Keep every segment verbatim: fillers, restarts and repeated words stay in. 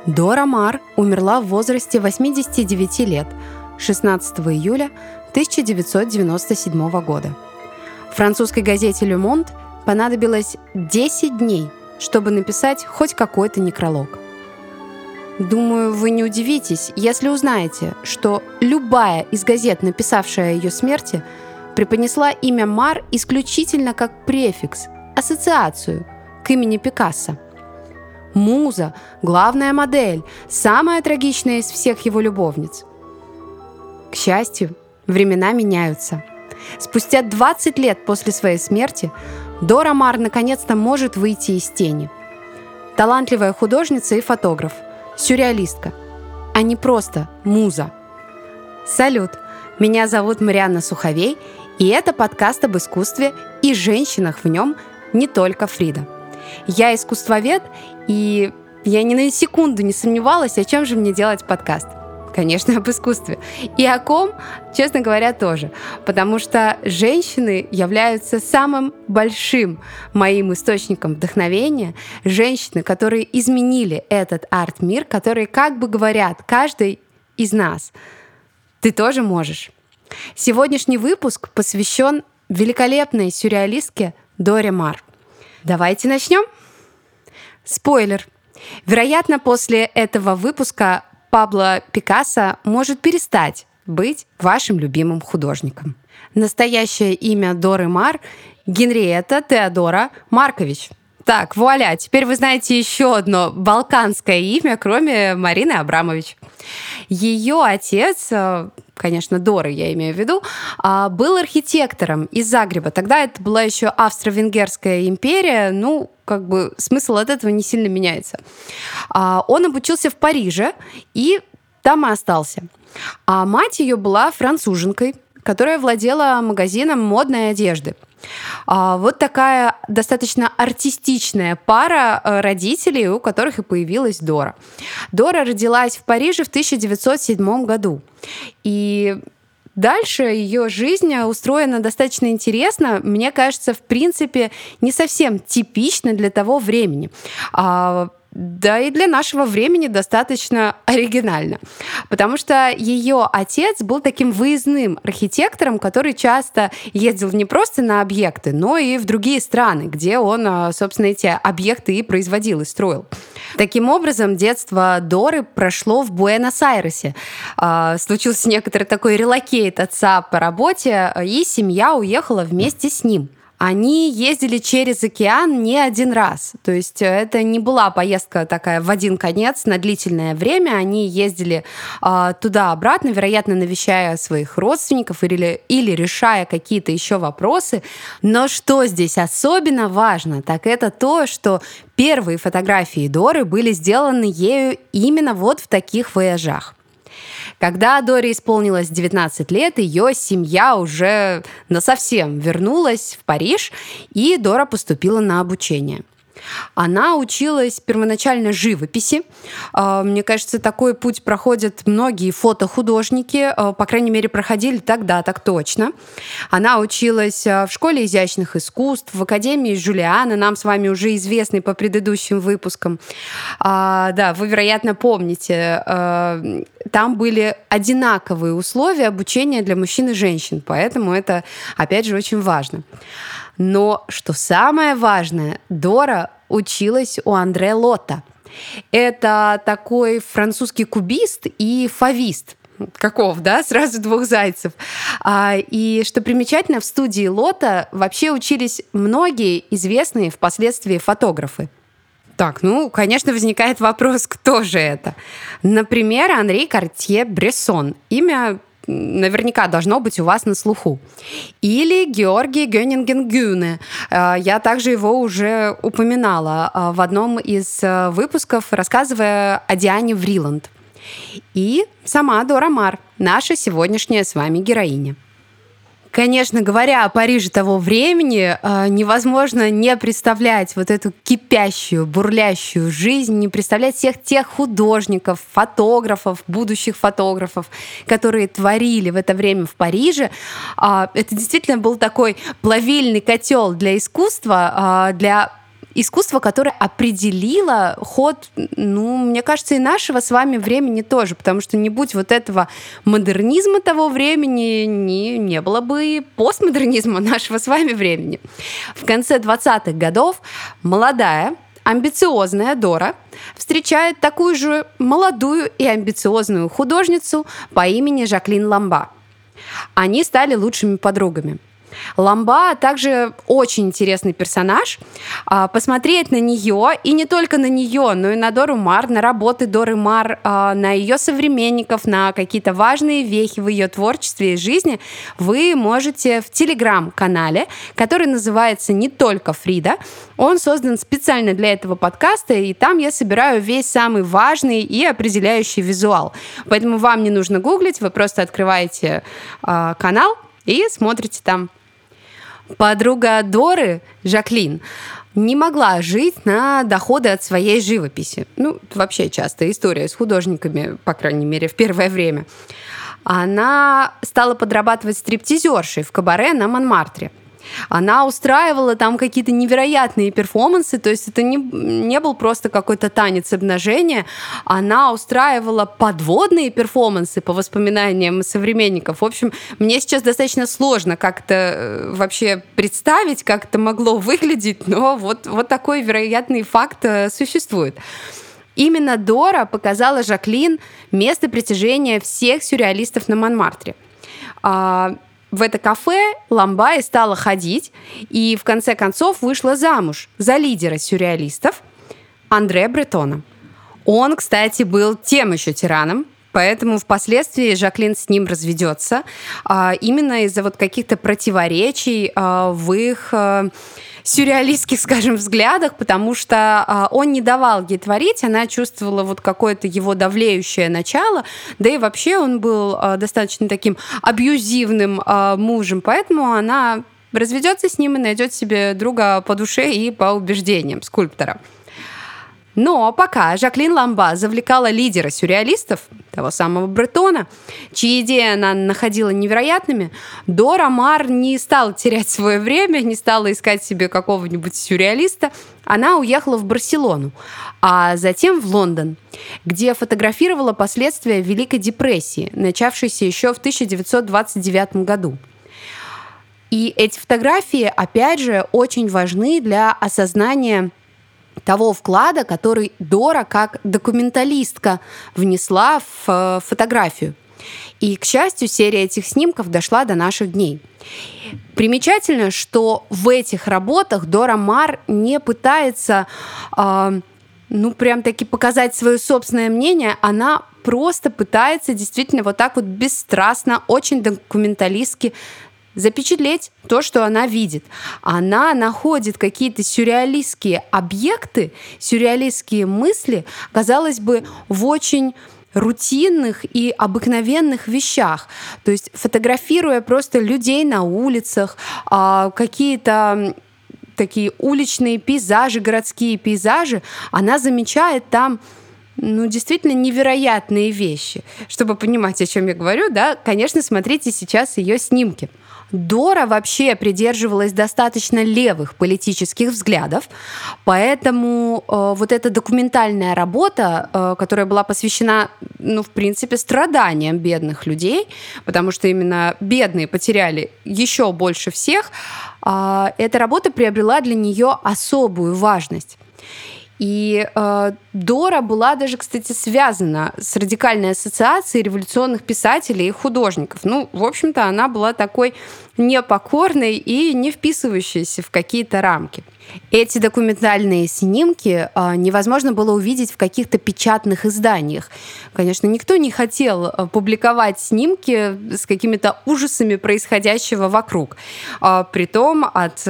Дора Maar умерла в возрасте восемьдесят девять лет шестнадцатого июля тысяча девятьсот девяносто седьмого года. Французской газете «Le Monde» понадобилось десять дней, чтобы написать хоть какой-то некролог. Думаю, вы не удивитесь, если узнаете, что любая из газет, написавшая о ее смерти, преподнесла имя Мар исключительно как префикс, ассоциацию к имени Пикассо. Муза, главная модель, самая трагичная из всех его любовниц. К счастью, времена меняются. Спустя двадцать лет после своей смерти Дора Maar наконец-то может выйти из тени. Талантливая художница и фотограф, сюрреалистка, а не просто муза. Салют! Меня зовут Марианна Суховей, и это подкаст об искусстве и женщинах в нем, не только Фрида. Я искусствовед, и я ни на секунду не сомневалась, о чем же мне делать подкаст. Конечно, об искусстве. И о ком, честно говоря, тоже. Потому что женщины являются самым большим моим источником вдохновения. Женщины, которые изменили этот арт-мир, которые как бы говорят каждой из нас: ты тоже можешь. Сегодняшний выпуск посвящен великолепной сюрреалистке Доре Maar. Давайте начнем. Спойлер. Вероятно, после этого выпуска Пабло Пикассо может перестать быть вашим любимым художником. Настоящее имя Доры Maar — Генриетта Теодора Маркович. Так, вуаля, теперь вы знаете еще одно балканское имя, кроме Марины Абрамович. Ее отец, конечно, Доры я имею в виду, был архитектором из Загреба. Тогда это была еще Австро-Венгерская империя, ну, как бы смысл от этого не сильно меняется. Он обучился в Париже и там и остался. А мать ее была француженкой, которая владела магазином модной одежды. Вот такая достаточно артистичная пара родителей, у которых и появилась Дора. Дора родилась в Париже в тысяча девятьсот седьмом году. И дальше ее жизнь устроена достаточно интересно. Мне кажется, в принципе, не совсем типично для того времени. Да и для нашего времени достаточно оригинально. Потому что ее отец был таким выездным архитектором, который часто ездил не просто на объекты, но и в другие страны, где он, собственно, эти объекты и производил, и строил. Таким образом, детство Доры прошло в Буэнос-Айресе. Случился некоторый такой релокейт отца по работе, и семья уехала вместе с ним. Они ездили через океан не один раз. То есть это не была поездка такая в один конец на длительное время. Они ездили э, туда-обратно, вероятно, навещая своих родственников или, или решая какие-то еще вопросы. Но что здесь особенно важно, так это то, что первые фотографии Доры были сделаны ею именно вот в таких вояжах. Когда Доре исполнилось девятнадцать лет, ее семья уже насовсем вернулась в Париж, и Дора поступила на обучение. Она училась первоначально живописи. Мне кажется, такой путь проходят многие фотохудожники, по крайней мере, проходили тогда, так точно. Она училась в школе изящных искусств, в Академии Жулиана, нам с вами уже известной по предыдущим выпускам. Да, вы, вероятно, помните, там были одинаковые условия обучения для мужчин и женщин, поэтому это, опять же, очень важно. Но, что самое важное, Дора училась у Андре Лотта. Это такой французский кубист и фавист. Каков, да? Сразу двух зайцев. И, что примечательно, в студии Лотта вообще учились многие известные впоследствии фотографы. Так, ну, конечно, возникает вопрос, кто же это? Например, Анри Картье-Брессон. Имя наверняка должно быть у вас на слуху. Или Георгий Гёнинген-Гюне. Я также его уже упоминала в одном из выпусков, рассказывая о Диане Вриланд. И сама Дора Maar, наша сегодняшняя с вами героиня. Конечно, говоря о Париже того времени, невозможно не представлять вот эту кипящую, бурлящую жизнь, не представлять всех тех художников, фотографов, будущих фотографов, которые творили в это время в Париже. Это действительно был такой плавильный котел для искусства, для искусство, которое определило ход, ну, мне кажется, и нашего с вами времени тоже, потому что не будь вот этого модернизма того времени, не, не было бы и постмодернизма нашего с вами времени. В конце двадцатых годов молодая, амбициозная Дора встречает такую же молодую и амбициозную художницу по имени Жаклин Ламба. Они стали лучшими подругами. Ламба также очень интересный персонаж. Посмотреть на нее, и не только на нее, но и на Дору Мар, на работы Доры Мар, на ее современников, на какие-то важные вехи в ее творчестве и жизни вы можете в телеграм-канале, который называется «Не только Фрида». Он создан специально для этого подкаста, и там я собираю весь самый важный и определяющий визуал. Поэтому вам не нужно гуглить, вы просто открываете э, канал и смотрите там. Подруга Доры, Жаклин, не могла жить на доходы от своей живописи. Ну, вообще частая история с художниками, по крайней мере, в первое время. Она стала подрабатывать стриптизершей в кабаре на Монмартре. Она устраивала там какие-то невероятные перформансы, то есть это не, не был просто какой-то танец обнажения, она устраивала подводные перформансы по воспоминаниям современников. В общем, мне сейчас достаточно сложно как-то вообще представить, как это могло выглядеть, но вот, вот такой вероятный факт существует. Именно Дора показала Жаклин место притяжения всех сюрреалистов на Монмартре. В это кафе Ламба и стала ходить, и в конце концов вышла замуж за лидера сюрреалистов Андре Бретона. Он, кстати, был тем еще тираном, поэтому впоследствии Жаклин с ним разведется именно из-за вот каких-то противоречий в их сюрреалистских, скажем, взглядах, потому что а, он не давал ей творить, она чувствовала вот какое-то его давлеющее начало, да и вообще он был а, достаточно таким абьюзивным а, мужем, поэтому она разведется с ним и найдет себе друга по душе и по убеждениям, скульптора. Но пока Жаклин Ламба завлекала лидера сюрреалистов, того самого Бретона, чьи идеи она находила невероятными, Дора Мар не стала терять свое время, не стала искать себе какого-нибудь сюрреалиста. Она уехала в Барселону, а затем в Лондон, где фотографировала последствия Великой депрессии, начавшейся еще в тысяча девятьсот двадцать девятом году. И эти фотографии, опять же, очень важны для осознания того вклада, который Дора как документалистка внесла в фотографию. И, к счастью, серия этих снимков дошла до наших дней. Примечательно, что в этих работах Дора Мар не пытается, э, ну, прям-таки показать свое собственное мнение, она просто пытается действительно вот так вот бесстрастно, очень документалистски запечатлеть то, что она видит. Она находит какие-то сюрреалистские объекты, сюрреалистские мысли, казалось бы, в очень рутинных и обыкновенных вещах. То есть фотографируя просто людей на улицах, какие-то такие уличные пейзажи, городские пейзажи, она замечает там ну, действительно невероятные вещи. Чтобы понимать, о чем я говорю, да, конечно, смотрите сейчас ее снимки. Дора вообще придерживалась достаточно левых политических взглядов, поэтому э, вот эта документальная работа, э, которая была посвящена, ну, в принципе, страданиям бедных людей, потому что именно бедные потеряли еще больше всех, э, эта работа приобрела для нее особую важность. И э, Дора была даже, кстати, связана с радикальной ассоциацией революционных писателей и художников. Ну, в общем-то, она была такой непокорной и не вписывающейся в какие-то рамки. Эти документальные снимки э, невозможно было увидеть в каких-то печатных изданиях. Конечно, никто не хотел публиковать снимки с какими-то ужасами происходящего вокруг, э, притом от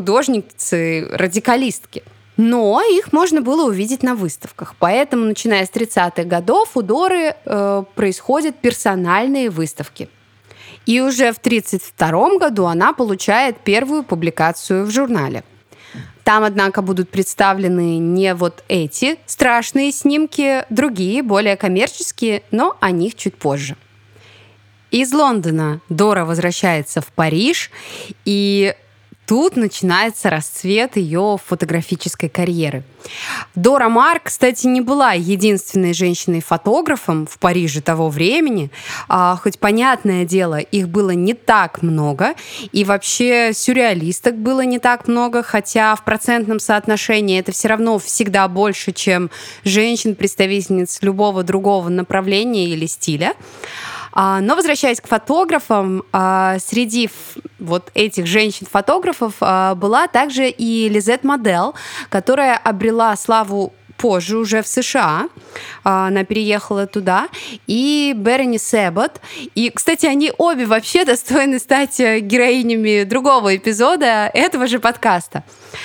художницы-радикалистки. Но их можно было увидеть на выставках. Поэтому, начиная с тридцатых годов, у Доры э, происходят персональные выставки. И уже в тридцать втором году она получает первую публикацию в журнале. Там, однако, будут представлены не вот эти страшные снимки, другие, более коммерческие, но о них чуть позже. Из Лондона Дора возвращается в Париж, и тут начинается расцвет ее фотографической карьеры. Дора Maar, кстати, не была единственной женщиной-фотографом в Париже того времени. А, хоть, понятное дело, их было не так много, и вообще сюрреалисток было не так много, хотя в процентном соотношении это все равно всегда больше, чем женщин-представительниц любого другого направления или стиля. Но, возвращаясь к фотографам, среди вот этих женщин-фотографов была также и Лизет Модель, которая обрела славу позже уже в США. Она переехала туда. И Берени Себат. И, кстати, они обе вообще достойны стать героинями другого эпизода этого же подкаста.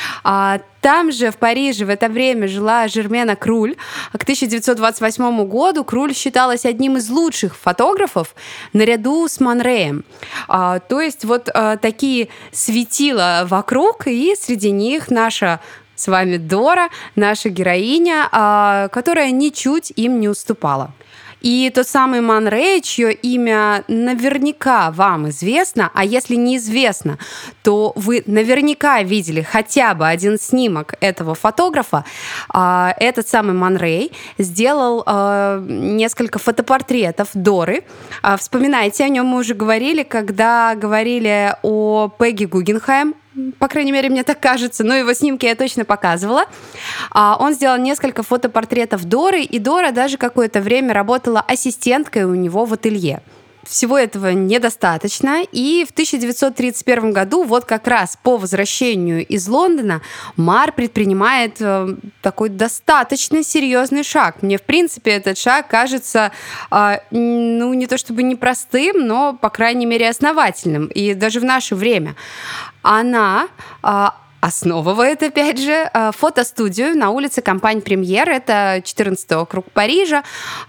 Там же, в Париже, в это время жила Жермена Круль. К тысяча девятьсот двадцать восьмому году Круль считалась одним из лучших фотографов наряду с Ман Рэем. А, то есть вот а, такие светила вокруг, и среди них наша с вами Дора, наша героиня, а, которая ничуть им не уступала. И тот самый Ман Рэй, чье имя наверняка вам известно, а если неизвестно, то вы наверняка видели хотя бы один снимок этого фотографа. Этот самый Ман Рэй сделал несколько фотопортретов Доры. Вспоминайте, о нем мы уже говорили, когда говорили о Пегги Гугенхайм. По крайней мере, мне так кажется, но его снимки я точно показывала. Он сделал несколько фотопортретов Доры, и Дора даже какое-то время работала ассистенткой у него в ателье. Всего этого недостаточно, и в тысяча девятьсот тридцать первом году, вот как раз по возвращению из Лондона, Мар предпринимает э, такой достаточно серьезный шаг. Мне, в принципе, этот шаг кажется, э, ну, не то чтобы непростым, но, по крайней мере, основательным, и даже в наше время. Она... Э, основывает, опять же, фотостудию на улице Кампань-Премьер, это четырнадцатый округ Парижа.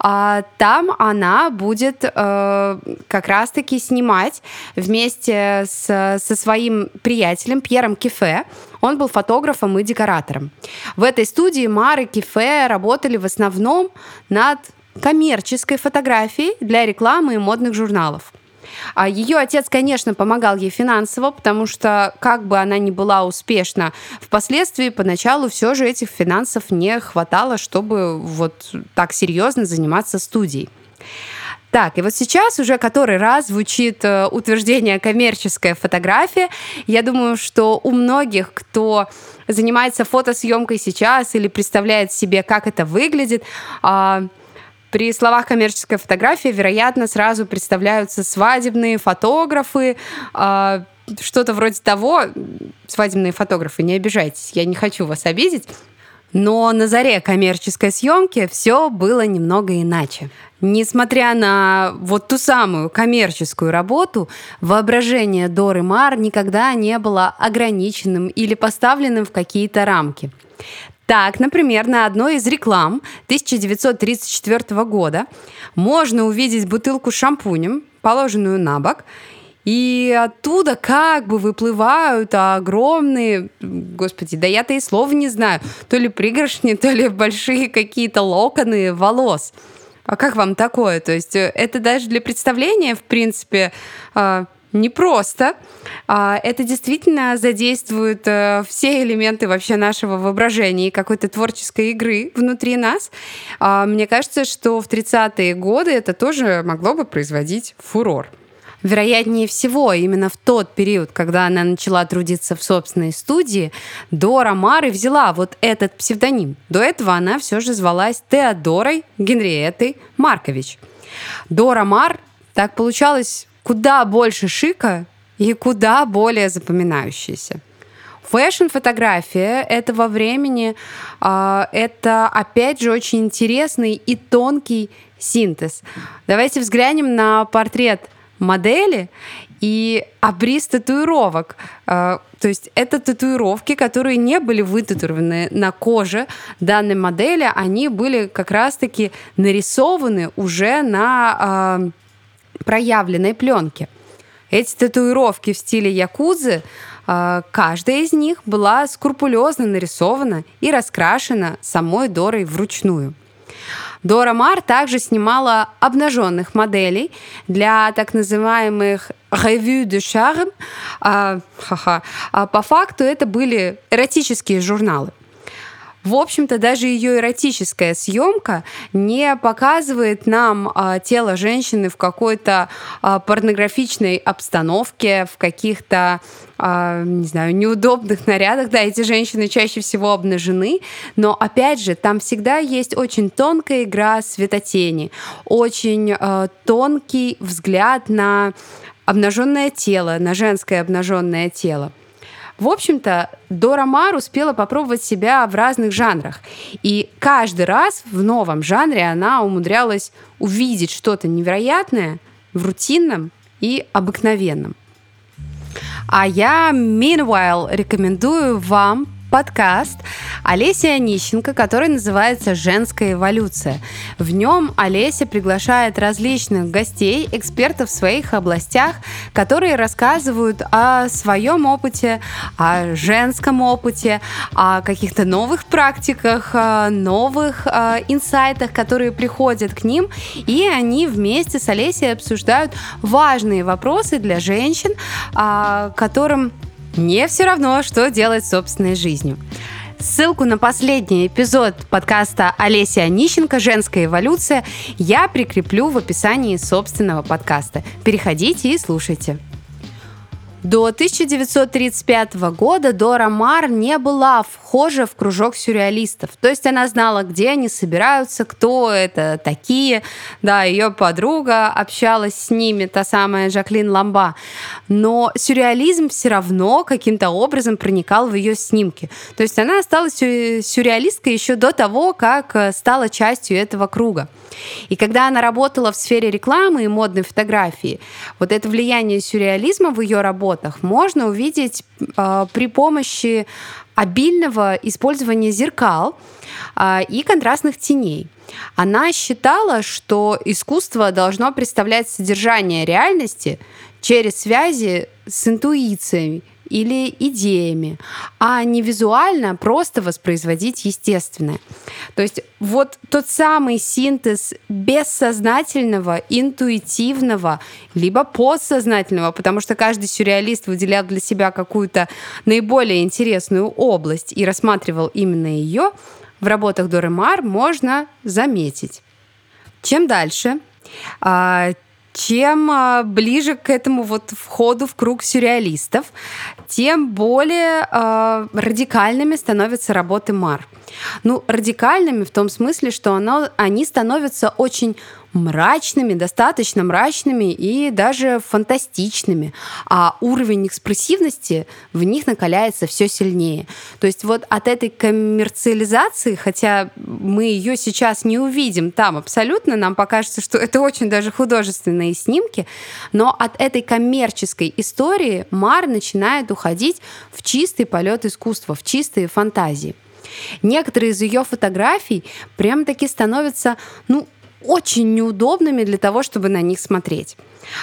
Там она будет как раз-таки снимать вместе с, со своим приятелем Пьером Кифе. Он был фотографом и декоратором. В этой студии Мар и Кифе работали в основном над коммерческой фотографией для рекламы и модных журналов. Ее отец, конечно, помогал ей финансово, потому что, как бы она ни была успешна впоследствии, поначалу все же этих финансов не хватало, чтобы вот так серьезно заниматься студией. Так, и вот сейчас уже который раз звучит утверждение «коммерческая фотография». Я думаю, что у многих, кто занимается фотосъемкой сейчас или представляет себе, как это выглядит, при словах «коммерческая фотография», вероятно, сразу представляются свадебные фотографы, э, что-то вроде того. Свадебные фотографы, не обижайтесь, я не хочу вас обидеть. Но на заре коммерческой съемки все было немного иначе. Несмотря на вот ту самую коммерческую работу, воображение Доры Maar никогда не было ограниченным или поставленным в какие-то рамки. Так, например, на одной из реклам тысяча девятьсот тридцать четвёртого года можно увидеть бутылку с шампунем, положенную на бок, и оттуда как бы выплывают огромные, господи, да я-то и слова не знаю, то ли пригоршни, то ли большие какие-то локоны волос. А как вам такое? То есть это даже для представления, в принципе, непросто. Это действительно задействует все элементы вообще нашего воображения и какой-то творческой игры внутри нас. Мне кажется, что в тридцатые годы это тоже могло бы производить фурор. Вероятнее всего, именно в тот период, когда она начала трудиться в собственной студии, Дора Maar и взяла вот этот псевдоним. До этого она все же звалась Теодорой Генриеттой Маркович. Дора Maar, так получалось, куда больше шика и куда более запоминающаяся. Фэшн-фотография этого времени э, это, опять же, очень интересный и тонкий синтез. Давайте взглянем на портрет модели и обрис татуировок. Э, то есть это татуировки, которые не были вытатуированы на коже данной модели, они были как раз-таки нарисованы уже на... Э, проявленной пленке. Эти татуировки в стиле якудзы, каждая из них была скрупулезно нарисована и раскрашена самой Дорой вручную. Дора Maar также снимала обнаженных моделей для так называемых «Revue de Charme». А, ха-ха. А по факту это были эротические журналы. В общем-то, даже ее эротическая съемка не показывает нам а, тело женщины в какой-то а, порнографичной обстановке, в каких-то, а, не знаю, неудобных нарядах. Да, эти женщины чаще всего обнажены, но, опять же, там всегда есть очень тонкая игра светотени, очень а, тонкий взгляд на обнаженное тело, на женское обнаженное тело. В общем-то, Дора Maar успела попробовать себя в разных жанрах. И каждый раз в новом жанре она умудрялась увидеть что-то невероятное в рутинном и обыкновенном. А я, meanwhile, рекомендую вам подкаст Олеси Онищенко, который называется «Женская эволюция». В нем Олеся приглашает различных гостей, экспертов в своих областях, которые рассказывают о своем опыте, о женском опыте, о каких-то новых практиках, новых инсайтах, которые приходят к ним, и они вместе с Олесей обсуждают важные вопросы для женщин, которым не все равно, что делать с собственной жизнью. Ссылку на последний эпизод подкаста Олеси Онищенко «Женская эволюция» я прикреплю в описании собственного подкаста. Переходите и слушайте. До тысяча девятьсот тридцать пятого года Дора Maar не была вхожа в кружок сюрреалистов. То есть она знала, где они собираются, кто это такие. Да, ее подруга общалась с ними, та самая Жаклин Ламба. Но сюрреализм все равно каким-то образом проникал в ее снимки. То есть она осталась сюрреалисткой еще до того, как стала частью этого круга. И когда она работала в сфере рекламы и модной фотографии, вот это влияние сюрреализма в ее работах можно увидеть э, при помощи обильного использования зеркал э, и контрастных теней. Она считала, что искусство должно представлять содержание реальности через связи с интуицией или идеями, а не визуально просто воспроизводить естественное. То есть вот тот самый синтез бессознательного, интуитивного, либо подсознательного, потому что каждый сюрреалист выделял для себя какую-то наиболее интересную область и рассматривал именно ее, в работах Доры Maar можно заметить. Чем дальше, чем ближе к этому вот входу в круг сюрреалистов, тем более э, радикальными становятся работы Maar. Ну, радикальными в том смысле, что оно, они становятся очень мрачными, достаточно мрачными и даже фантастичными, а уровень экспрессивности в них накаляется все сильнее. То есть вот от этой коммерциализации, хотя мы ее сейчас не увидим там абсолютно, нам покажется, что это очень даже художественные снимки, но от этой коммерческой истории Maar начинает уходить в чистый полет искусства, в чистые фантазии. Некоторые из ее фотографий прям-таки становятся, ну, очень неудобными для того, чтобы на них смотреть.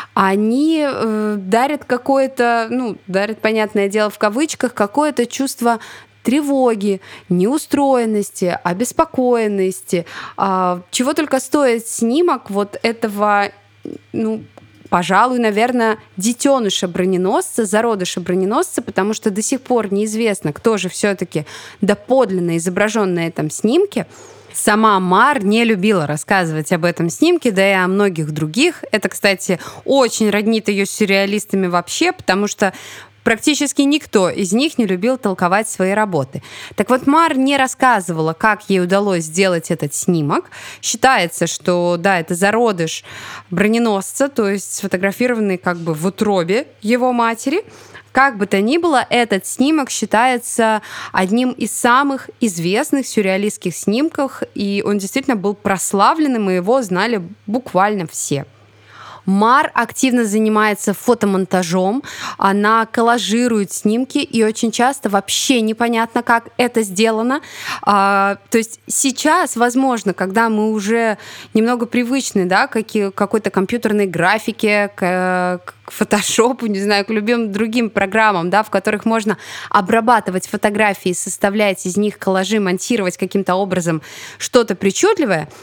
Они э, дарят какое-то, ну, дарят, понятное дело, в кавычках, какое-то чувство тревоги, неустроенности, обеспокоенности. Э, чего только стоит снимок вот этого, ну, пожалуй, наверное, детеныша броненосца, зародыша броненосца, потому что до сих пор неизвестно, кто же все-таки доподлинно изображен на этом снимке. Сама Maar не любила рассказывать об этом снимке, да и о многих других. Это, кстати, очень роднит ее с сюрреалистами вообще, потому что практически никто из них не любил толковать свои работы. Так вот, Maar не рассказывала, как ей удалось сделать этот снимок. Считается, что, да, это зародыш броненосца, то есть сфотографированный как бы в утробе его матери. Как бы то ни было, этот снимок считается одним из самых известных сюрреалистских снимков, и он действительно был прославленным, и его знали буквально все. Maar активно занимается фотомонтажом, она коллажирует снимки, и очень часто вообще непонятно, как это сделано. А, то есть сейчас, возможно, когда мы уже немного привычны, да, к какой-то компьютерной графике, к, к фотошопу, не знаю, к любым другим программам, да, в которых можно обрабатывать фотографии, составлять из них коллажи, монтировать каким-то образом что-то причудливое,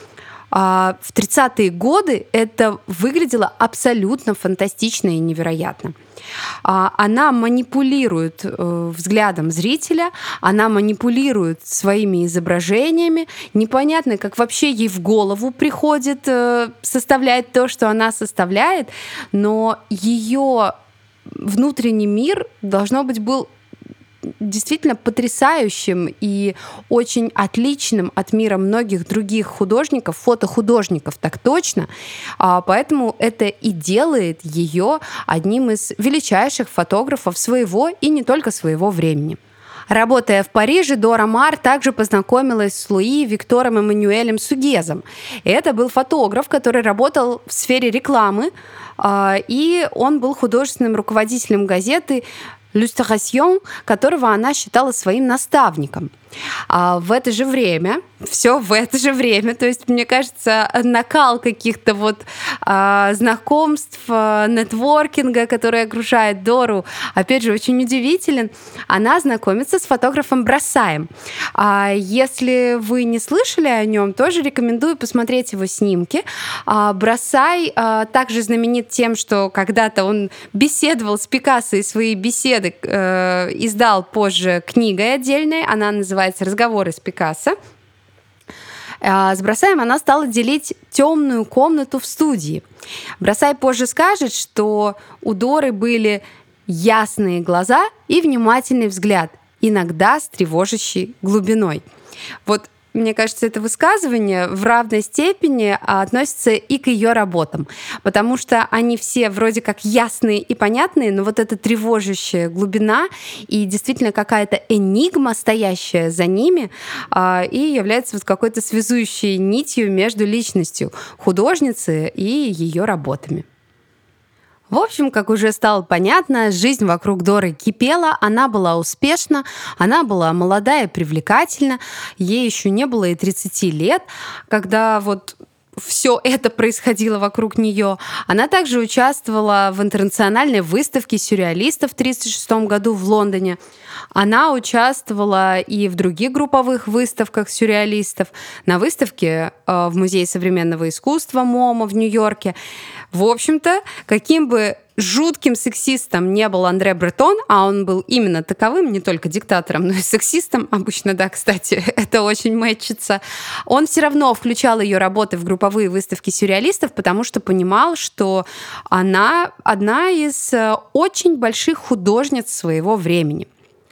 в тридцатые годы это выглядело абсолютно фантастично и невероятно. Она манипулирует взглядом зрителя, она манипулирует своими изображениями. Непонятно, как вообще ей в голову приходит составлять то, что она составляет, но ее внутренний мир, должно быть, был действительно потрясающим и очень отличным от мира многих других художников, фотохудожников, так точно. Поэтому это и делает ее одним из величайших фотографов своего и не только своего времени. Работая в Париже, Дора Maar также познакомилась с Луи Виктором Эммануэлем Сугезом. Это был фотограф, который работал в сфере рекламы, и он был художественным руководителем газеты «L'Illustration», которого она считала своим наставником. А в это же время, все в это же время, то есть, мне кажется, накал каких-то вот а, знакомств, а, нетворкинга, который окружает Дору, опять же, очень удивителен. Она знакомится с фотографом Брассаем. А если вы не слышали о нем, тоже рекомендую посмотреть его снимки. А, Брассай а, также знаменит тем, что когда-то он беседовал с Пикассо, и свои беседы э, издал позже книгой отдельной, она называется «Разговоры с Пикассо». С Брассаем она стала делить темную комнату в студии. Брассай позже скажет, что у Доры были ясные глаза и внимательный взгляд, иногда с тревожащей глубиной. Вот мне кажется, это высказывание в равной степени относится и к ее работам, потому что они все вроде как ясные и понятные, но вот эта тревожащая глубина и действительно какая-то энигма, стоящая за ними, и является вот какой-то связующей нитью между личностью художницы и ее работами. В общем, как уже стало понятно, жизнь вокруг Доры кипела, она была успешна, она была молодая и привлекательна, ей еще не было и тридцати лет, когда вот все это происходило вокруг нее. Она также участвовала в интернациональной выставке сюрреалистов в тысяча девятьсот тридцать шестом году в Лондоне. Она участвовала и в других групповых выставках сюрреалистов, на выставке в Музее современного искусства МОМА в Нью-Йорке. В общем-то, каким бы жутким сексистом не был Андре Бретон, а он был именно таковым, не только диктатором, но и сексистом, обычно, да, кстати, это очень мэтчится, он все равно включал ее работы в групповые выставки сюрреалистов, потому что понимал, что она одна из очень больших художниц своего времени.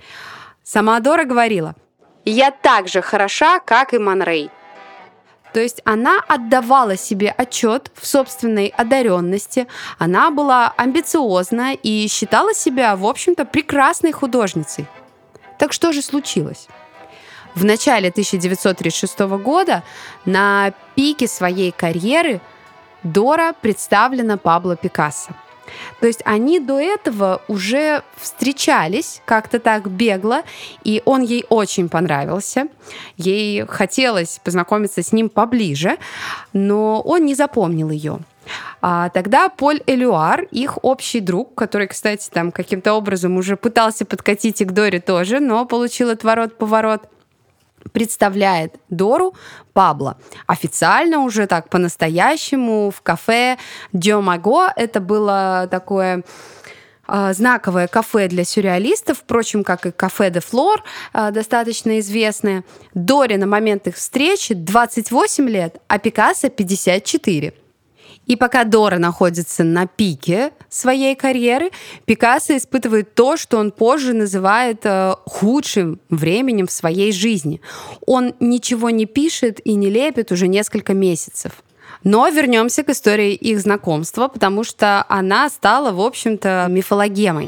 Сама Дора говорила: «Я так же хороша, как и Ман Рэй». То есть она отдавала себе отчет в собственной одаренности, она была амбициозна и считала себя, в общем-то, прекрасной художницей. Так что же случилось? В начале тысяча девятьсот тридцать шестого года на пике своей карьеры Дора представлена Пабло Пикассо. То есть они до этого уже встречались как-то так бегло, и он ей очень понравился. Ей хотелось познакомиться с ним поближе, но он не запомнил ее. А тогда Поль Элюар, их общий друг, который, кстати, там каким-то образом уже пытался подкатить и к Доре тоже, но получил отворот-поворот, представляет Дору Пабло. Официально уже так по-настоящему в кафе Дё Маго. Это было такое э, знаковое кафе для сюрреалистов, впрочем, как и кафе де Флор, э, достаточно известное. Доре на момент их встречи двадцать восемь лет, а Пикассо пятьдесят четыре. И пока Дора находится на пике своей карьеры, Пикассо испытывает то, что он позже называет э, худшим временем в своей жизни. Он ничего не пишет и не лепит уже несколько месяцев. Но вернемся к истории их знакомства, потому что она стала, в общем-то, мифологемой.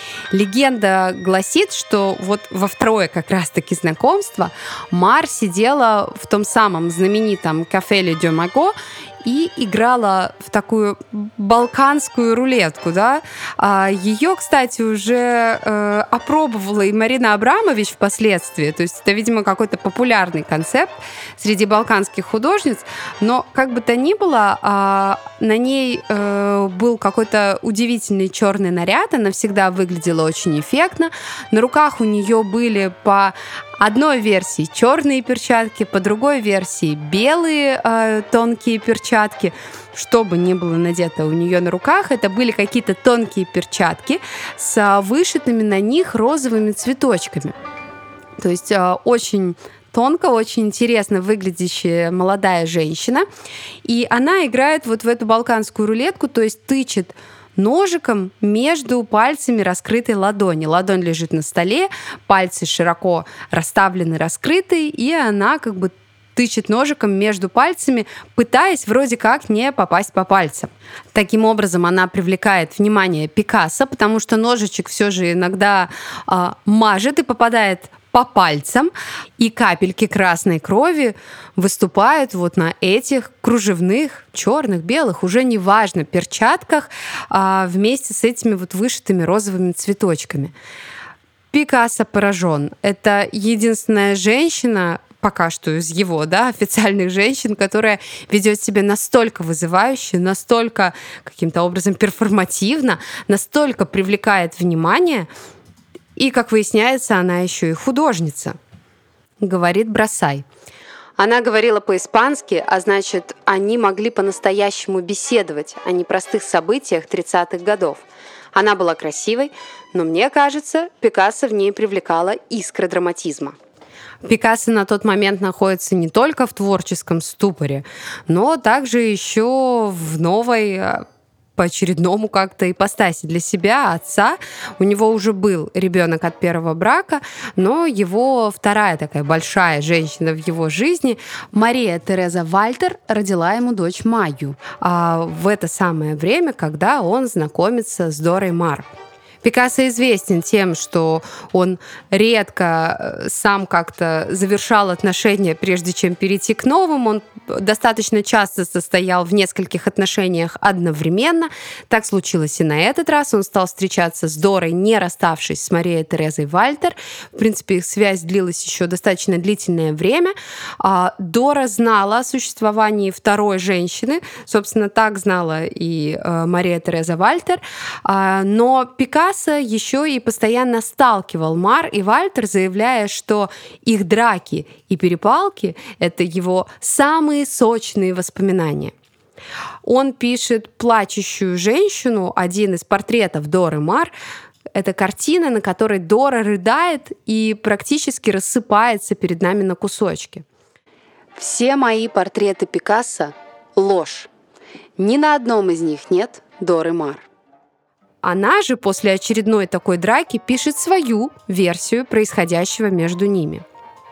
Легенда гласит, что вот во второе как раз-таки знакомство Мар сидела в том самом знаменитом кафе «Ле Дё Маго» и играла в такую балканскую рулетку, да. А ее, кстати, уже э, опробовала и Марина Абрамович впоследствии, то есть это, видимо, какой-то популярный концепт среди балканских художниц, но как бы то ни было, э, на ней э, был какой-то удивительный черный наряд, она всегда выглядела очень эффектно. На руках у нее были по одной версии черные перчатки, по другой версии белые э, тонкие перчатки. Что бы ни было надето у нее на руках, это были какие-то тонкие перчатки с вышитыми на них розовыми цветочками. То есть э, очень тонко, очень интересно выглядящая молодая женщина. И она играет вот в эту балканскую рулетку, то есть тычет ножиком между пальцами раскрытой ладони. Ладонь лежит на столе, пальцы широко расставлены, раскрыты, и она как бы тычет ножиком между пальцами, пытаясь вроде как не попасть по пальцам. Таким образом, она привлекает внимание Пикассо, потому что ножичек все же иногда э, мажет и попадает по пальцам, и капельки красной крови выступают вот на этих кружевных, черных, белых, уже неважно, перчатках а, вместе с этими вот вышитыми розовыми цветочками. Пикассо поражен. Это единственная женщина, пока что из его, да, официальных женщин, которая ведет себя настолько вызывающе, настолько каким-то образом перформативно, настолько привлекает внимание. И, как выясняется, она еще и художница. Говорит Бросай. Она говорила по-испански, а значит, они могли по-настоящему беседовать о непростых событиях тридцатых годов. Она была красивой, но, мне кажется, Пикассо в ней привлекала искра драматизма. Пикассо на тот момент находится не только в творческом ступоре, но также еще в новой, по очередному как-то ипостаси для себя, отца. У него уже был ребенок от первого брака, но его вторая такая большая женщина в его жизни, Мария Тереза Вальтер, родила ему дочь Майю а в это самое время, когда он знакомится с Дорой Мар. Пикассо известен тем, что он редко сам как-то завершал отношения, прежде чем перейти к новым. Он достаточно часто состоял в нескольких отношениях одновременно. Так случилось и на этот раз. Он стал встречаться с Дорой, не расставшись с Марией Терезой Вальтер. В принципе, их связь длилась еще достаточно длительное время. Дора знала о существовании второй женщины. Собственно, так знала и Мария Тереза Вальтер. Но Пикассо еще и постоянно сталкивал Мар и Вальтер, заявляя, что их драки и перепалки — это его самые сочные воспоминания. Он пишет «Плачущую женщину», один из портретов Доры Мар. Это картина, на которой Дора рыдает и практически рассыпается перед нами на кусочки. «Все мои портреты Пикассо — ложь. Ни на одном из них нет Доры Мар». Она же после очередной такой драки пишет свою версию происходящего между ними.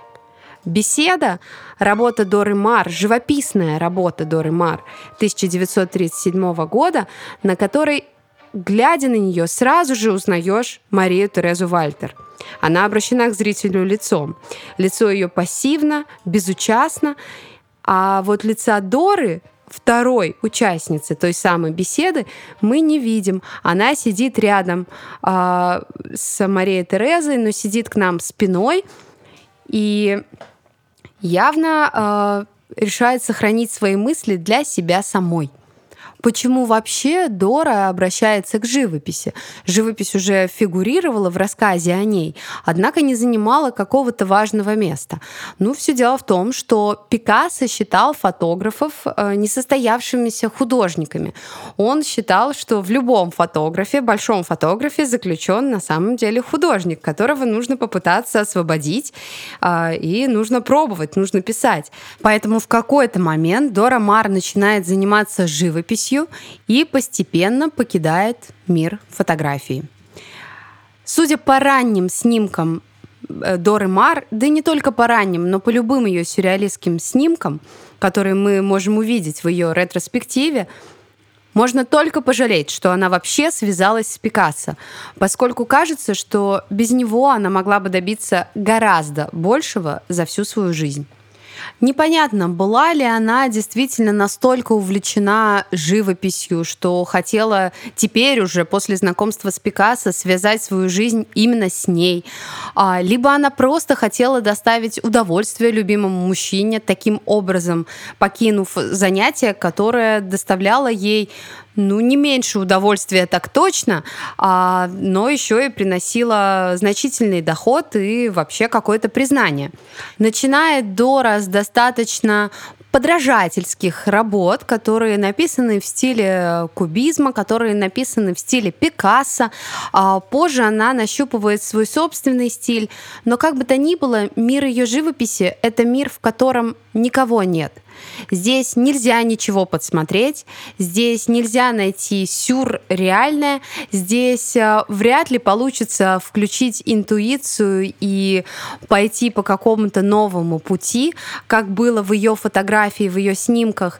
«Беседа» — работа Доры Мар, живописная работа Доры Мар тысяча девятьсот тридцать седьмого года, на которой, глядя на нее, сразу же узнаешь Марию Терезу Вальтер. Она обращена к зрителю лицом. Лицо ее пассивно, безучастно, а вот лица Доры, второй участницы той самой беседы, мы не видим. Она сидит рядом э, с Марией Терезой, но сидит к нам спиной и явно э, решает сохранить свои мысли для себя самой. Почему вообще Дора обращается к живописи? Живопись уже фигурировала в рассказе о ней, однако не занимала какого-то важного места. Ну, все дело в том, что Пикассо считал фотографов несостоявшимися художниками. Он считал, что в любом фотографе, большом фотографе, заключен на самом деле художник, которого нужно попытаться освободить, и нужно пробовать, нужно писать. Поэтому в какой-то момент Дора Мар начинает заниматься живописью и постепенно покидает мир фотографии. Судя по ранним снимкам Доры Мар, да и не только по ранним, но по любым ее сюрреалистским снимкам, которые мы можем увидеть в ее ретроспективе, можно только пожалеть, что она вообще связалась с Пикассо, поскольку кажется, что без него она могла бы добиться гораздо большего за всю свою жизнь. Непонятно, была ли она действительно настолько увлечена живописью, что хотела теперь уже после знакомства с Пикассо связать свою жизнь именно с ней. Либо она просто хотела доставить удовольствие любимому мужчине, таким образом покинув занятие, которое доставляло ей ну, не меньше удовольствия, так точно, а, но еще и приносила значительный доход и вообще какое-то признание. Начинает Дора с достаточно подражательских работ, которые написаны в стиле кубизма, которые написаны в стиле Пикассо. А позже она нащупывает свой собственный стиль. Но как бы то ни было, мир ее живописи — это мир, в котором никого нет. Здесь нельзя ничего подсмотреть, здесь нельзя найти сюрреальное, здесь вряд ли получится включить интуицию и пойти по какому-то новому пути, как было в ее фотографии, в ее снимках.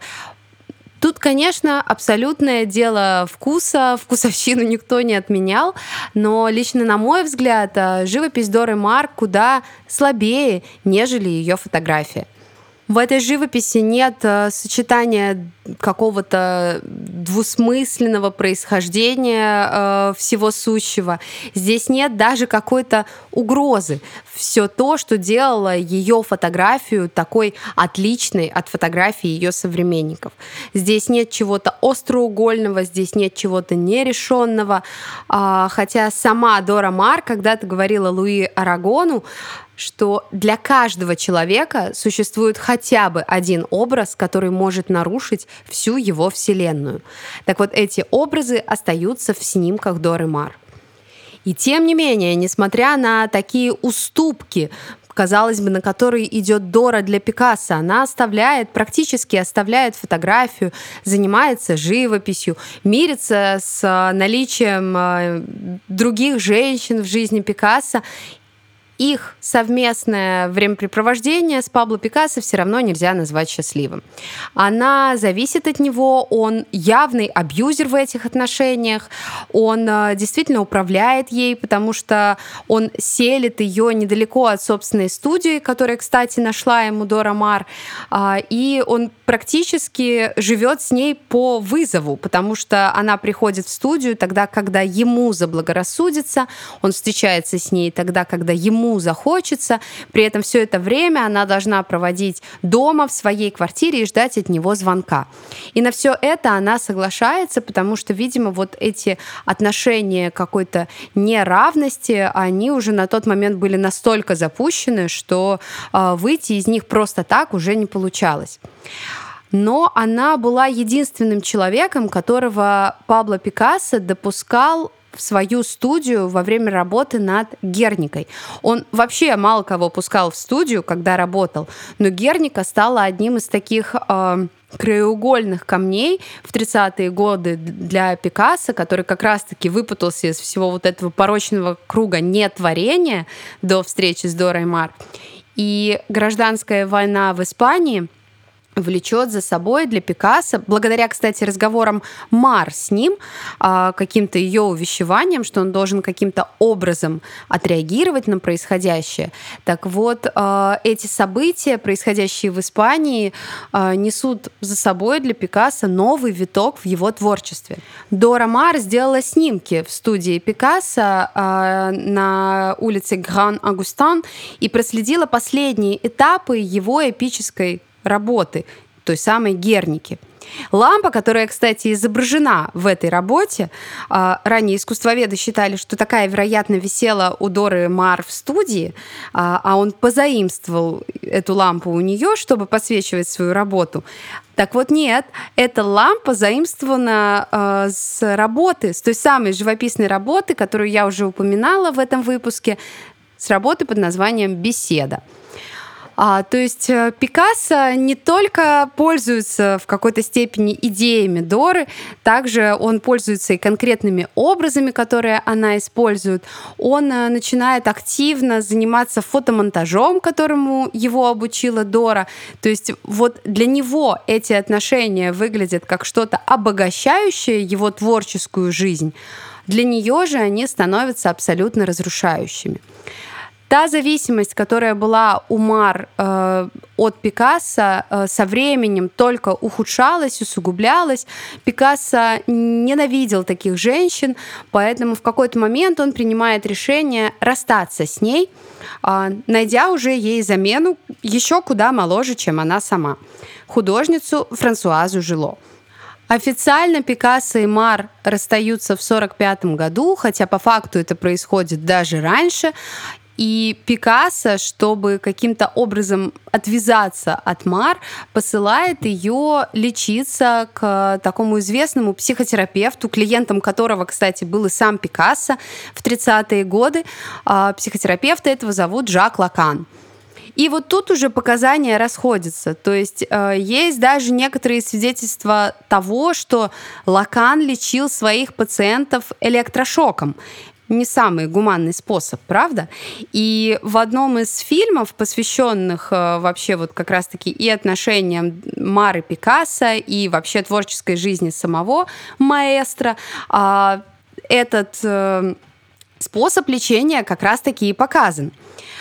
Тут, конечно, абсолютное дело вкуса, вкусовщину никто не отменял, но лично, на мой взгляд, живопись Доры Maar куда слабее, нежели ее фотография. В этой живописи нет э, сочетания какого-то двусмысленного происхождения э, всего сущего. Здесь нет даже какой-то угрозы. Все то, что делало ее фотографию такой отличной от фотографии ее современников. Здесь нет чего-то остроугольного, здесь нет чего-то нерешенного. Э, хотя сама Дора Maar когда-то говорила Луи Арагону, что для каждого человека существует хотя бы один образ, который может нарушить всю его вселенную. Так вот, эти образы остаются в снимках Доры Maar. И тем не менее, несмотря на такие уступки, казалось бы, на которые идет Дора для Пикассо, она оставляет, практически оставляет фотографию, занимается живописью, мирится с наличием других женщин в жизни Пикассо. Их совместное времяпрепровождение с Пабло Пикассо все равно нельзя назвать счастливым. Она зависит от него, он явный абьюзер в этих отношениях, он действительно управляет ей, потому что он селит ее недалеко от собственной студии, которая, кстати, нашла ему Дора Maar, и он практически живет с ней по вызову, потому что она приходит в студию тогда, когда ему заблагорассудится, он встречается с ней тогда, когда ему захочется. При этом все это время она должна проводить дома, в своей квартире и ждать от него звонка. И на все это она соглашается, потому что, видимо, вот эти отношения какой-то неравности, они уже на тот момент были настолько запущены, что э, выйти из них просто так уже не получалось. Но она была единственным человеком, которого Пабло Пикассо допускал в свою студию во время работы над Герникой. Он вообще мало кого пускал в студию, когда работал, но Герника стала одним из таких э, краеугольных камней в тридцатые годы для Пикассо, который как раз-таки выпутался из всего вот этого порочного круга нетворения до встречи с Дорой Maar. И гражданская война в Испании влечет за собой для Пикассо, благодаря, кстати, разговорам Maar с ним, каким-то ее увещеванием, что он должен каким-то образом отреагировать на происходящее. Так вот, эти события, происходящие в Испании, несут за собой для Пикассо новый виток в его творчестве. Дора Maar сделала снимки в студии Пикассо на улице Гран-Агустан и проследила последние этапы его эпической работы, той самой Герники. Лампа, которая, кстати, изображена в этой работе, ранее искусствоведы считали, что такая, вероятно, висела у Доры Maar в студии, а он позаимствовал эту лампу у нее, чтобы подсвечивать свою работу. Так вот, нет, эта лампа заимствована э, с работы, с той самой живописной работы, которую я уже упоминала в этом выпуске, с работы под названием «Беседа». А, то есть Пикассо не только пользуется в какой-то степени идеями Доры, также он пользуется и конкретными образами, которые она использует. Он а, начинает активно заниматься фотомонтажом, которому его обучила Дора. То есть вот для него эти отношения выглядят как что-то обогащающее его творческую жизнь. Для нее же они становятся абсолютно разрушающими. Та зависимость, которая была у Мар э, от Пикассо, э, со временем только ухудшалась, усугублялась. Пикассо ненавидел таких женщин, поэтому в какой-то момент он принимает решение расстаться с ней, э, найдя уже ей замену еще куда моложе, чем она сама, художницу Франсуазу Жило. Официально Пикассо и Мар расстаются в сорок пятом году, хотя по факту это происходит даже раньше. И Пикассо, чтобы каким-то образом отвязаться от Мар, посылает ее лечиться к такому известному психотерапевту, клиентом которого, кстати, был и сам Пикассо в тридцатые годы. Психотерапевта этого зовут Жак Лакан. И вот тут уже показания расходятся. То есть э, есть даже некоторые свидетельства того, что Лакан лечил своих пациентов электрошоком. Не самый гуманный способ, правда? И в одном из фильмов, посвященных э, вообще вот как раз-таки и отношениям Мары Пикассо, и вообще творческой жизни самого маэстро, э, этот э, способ лечения как раз-таки и показан.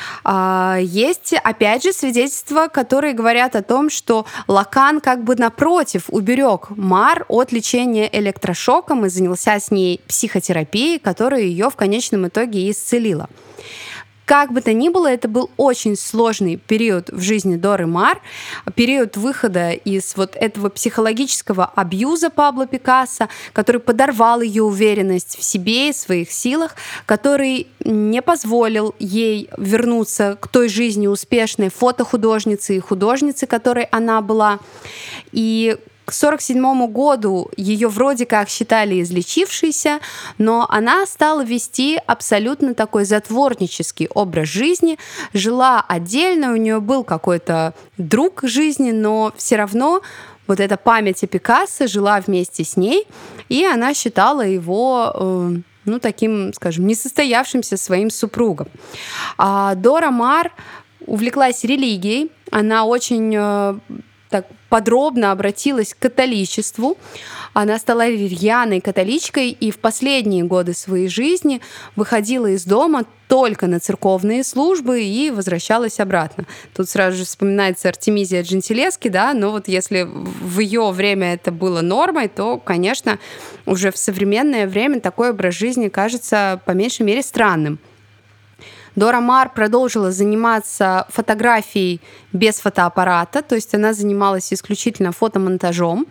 Есть, опять же, свидетельства, которые говорят о том, что Лакан как бы напротив уберег Мар от лечения электрошоком и занялся с ней психотерапией, которая ее в конечном итоге и исцелила. Как бы то ни было, это был очень сложный период в жизни Доры Мар, период выхода из вот этого психологического абьюза Пабло Пикассо, который подорвал ее уверенность в себе и своих силах, который не позволил ей вернуться к той жизни успешной фотохудожницы и художницы, которой она была. И к сорок седьмому году ее вроде как считали излечившейся, но она стала вести абсолютно такой затворнический образ жизни, жила отдельно, у нее был какой-то друг жизни, но все равно вот эта память о Пикассо жила вместе с ней, и она считала его э, ну, таким, скажем, несостоявшимся своим супругом. А Дора Мар увлеклась религией, она очень э, так подробно обратилась к католичеству. Она стала рьяной католичкой и в последние годы своей жизни выходила из дома только на церковные службы и возвращалась обратно. Тут сразу же вспоминается Артемизия Джентилески, да, но вот если в ее время это было нормой, то, конечно, уже в современное время такой образ жизни кажется по меньшей мере странным. Дора Мар продолжила заниматься фотографией без фотоаппарата, то есть она занималась исключительно фотомонтажом.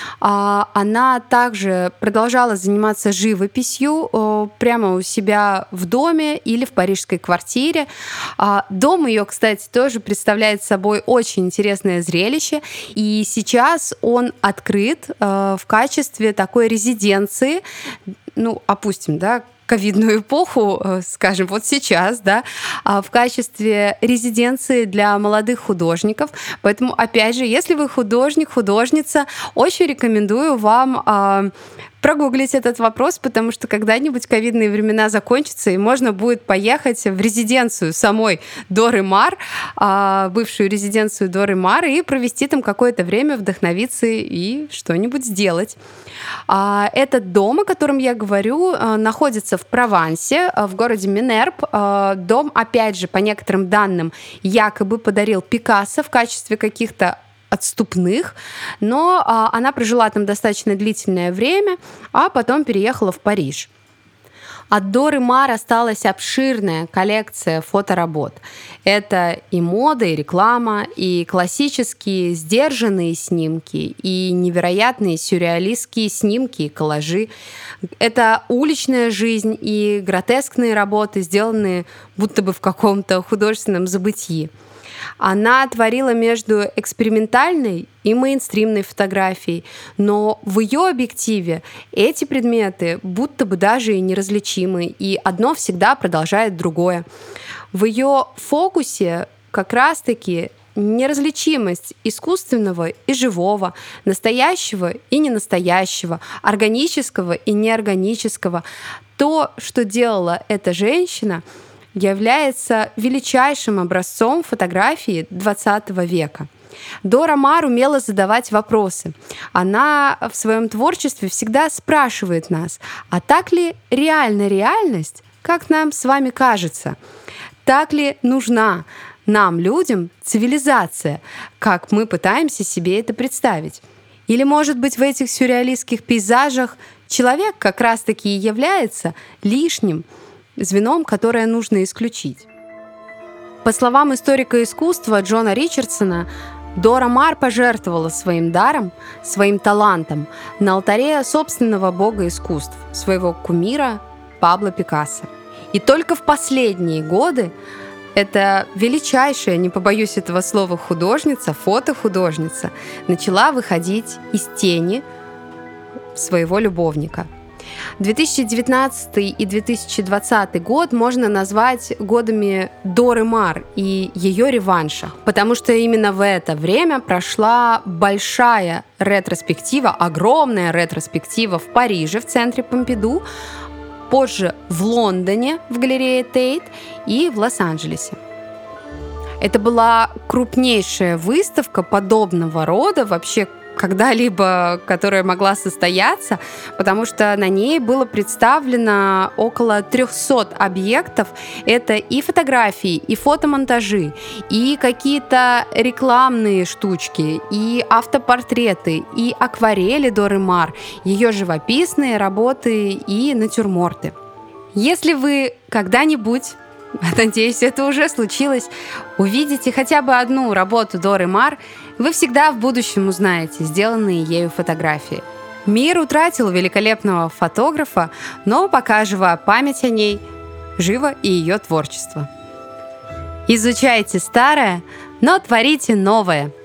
Она также продолжала заниматься живописью прямо у себя в доме или в парижской квартире. Дом ее, кстати, тоже представляет собой очень интересное зрелище, и сейчас он открыт в качестве такой резиденции, ну, опустим, да, ковидную эпоху, скажем, вот сейчас, да, в качестве резиденции для молодых художников. Поэтому, опять же, если вы художник, художница, очень рекомендую вам прогуглить этот вопрос, потому что когда-нибудь ковидные времена закончатся, и можно будет поехать в резиденцию самой Доры Мар, бывшую резиденцию Доры Мар, и провести там какое-то время, вдохновиться и что-нибудь сделать. Этот дом, о котором я говорю, находится в Провансе, в городе Минерб. Дом, опять же, по некоторым данным, якобы подарил Пикассо в качестве каких-то отступных, но а, она прожила там достаточно длительное время, а потом переехала в Париж. От Доры Мар осталась обширная коллекция фоторабот. Это и мода, и реклама, и классические сдержанные снимки, и невероятные сюрреалистские снимки и коллажи. Это уличная жизнь и гротескные работы, сделанные будто бы в каком-то художественном забытии. Она творила между экспериментальной и мейнстримной фотографией, но в ее объективе эти предметы будто бы даже и неразличимы, и одно всегда продолжает другое. В ее фокусе как раз-таки неразличимость искусственного и живого, настоящего и ненастоящего, органического и неорганического. То, что делала эта женщина, является величайшим образцом фотографии двадцатого века. Дора Мар умела задавать вопросы. Она в своем творчестве всегда спрашивает нас, а так ли реальна реальность, как нам с вами кажется? Так ли нужна нам, людям, цивилизация, как мы пытаемся себе это представить? Или, может быть, в этих сюрреалистских пейзажах человек как раз-таки и является лишним звеном, которое нужно исключить? По словам историка искусства Джона Ричардсона, Дора Maar пожертвовала своим даром, своим талантом на алтаре собственного бога искусств, своего кумира Пабло Пикассо. И только в последние годы эта величайшая, не побоюсь этого слова, художница, фотохудожница, начала выходить из тени своего любовника. две тысячи девятнадцатый и две тысячи двадцатый год можно назвать годами Доры Maar и ее реванша, потому что именно в это время прошла большая ретроспектива, огромная ретроспектива в Париже, в центре Помпиду, позже в Лондоне, в галерее Тейт и в Лос-Анджелесе. Это была крупнейшая выставка подобного рода вообще когда-либо, которая могла состояться, потому что на ней было представлено около трехсот объектов. Это и фотографии, и фотомонтажи, и какие-то рекламные штучки, и автопортреты, и акварели Доры Maar, ее живописные работы и натюрморты. Если вы когда-нибудь, надеюсь, это уже случилось, увидите хотя бы одну работу Доры Maar, вы всегда в будущем узнаете сделанные ею фотографии. Мир утратил великолепного фотографа, но пока жива память о ней, живо и ее творчество. Изучайте старое, но творите новое.